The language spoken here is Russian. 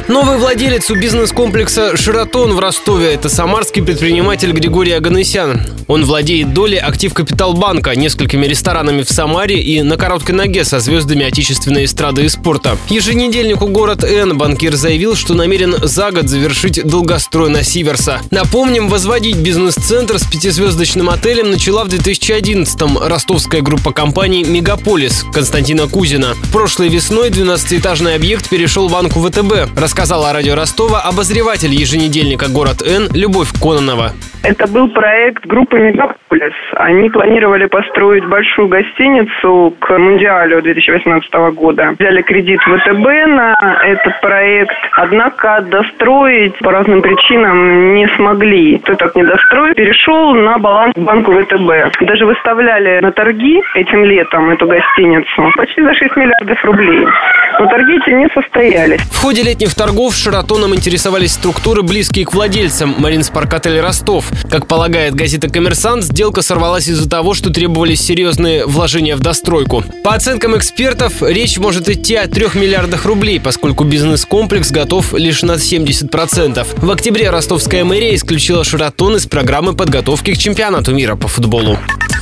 Новый владелец у бизнес-комплекса «Шератон» в Ростове – это самарский предприниматель Григорий Оганесян. Он владеет долей актив Капиталбанка, несколькими ресторанами в Самаре и на короткой ноге со звездами отечественной эстрады и спорта. Еженедельнику «Город Н» банкир заявил, что намерен за год завершить долгострой на Сиверса. Напомним, возводить бизнес-центр с 5-звездочным отелем начала в 2011-м ростовская группа компаний «Мегаполис» Константина Кузина. Прошлой весной 12-этажный объект перешел в банку ВТБ, рассказала радио Ростова обозреватель еженедельника «Город Н» Любовь Кононова. Это был проект группы «Мегаполис». Они планировали построить большую гостиницу к Мундиалю 2018 года. Взяли кредит ВТБ на этот проект, однако достроить по разным причинам не смогли. Кто так не достроил, перешел на баланс банку ВТБ. Даже выставляли на торги этим летом эту гостиницу почти за 6 миллиардов рублей. Но торги эти не состоялись. В ходе летних торгов «Шератоном» интересовались структуры, близкие к владельцам Маринспорт-отель Ростов. Как полагает газета «Коммерсант», сделка сорвалась из-за того, что требовались серьезные вложения в достройку. По оценкам экспертов, речь может идти о 3 миллиардах рублей, поскольку бизнес-комплекс готов лишь на 70%. В октябре ростовская мэрия исключила «Шератон» из программы подготовки к чемпионату мира по футболу.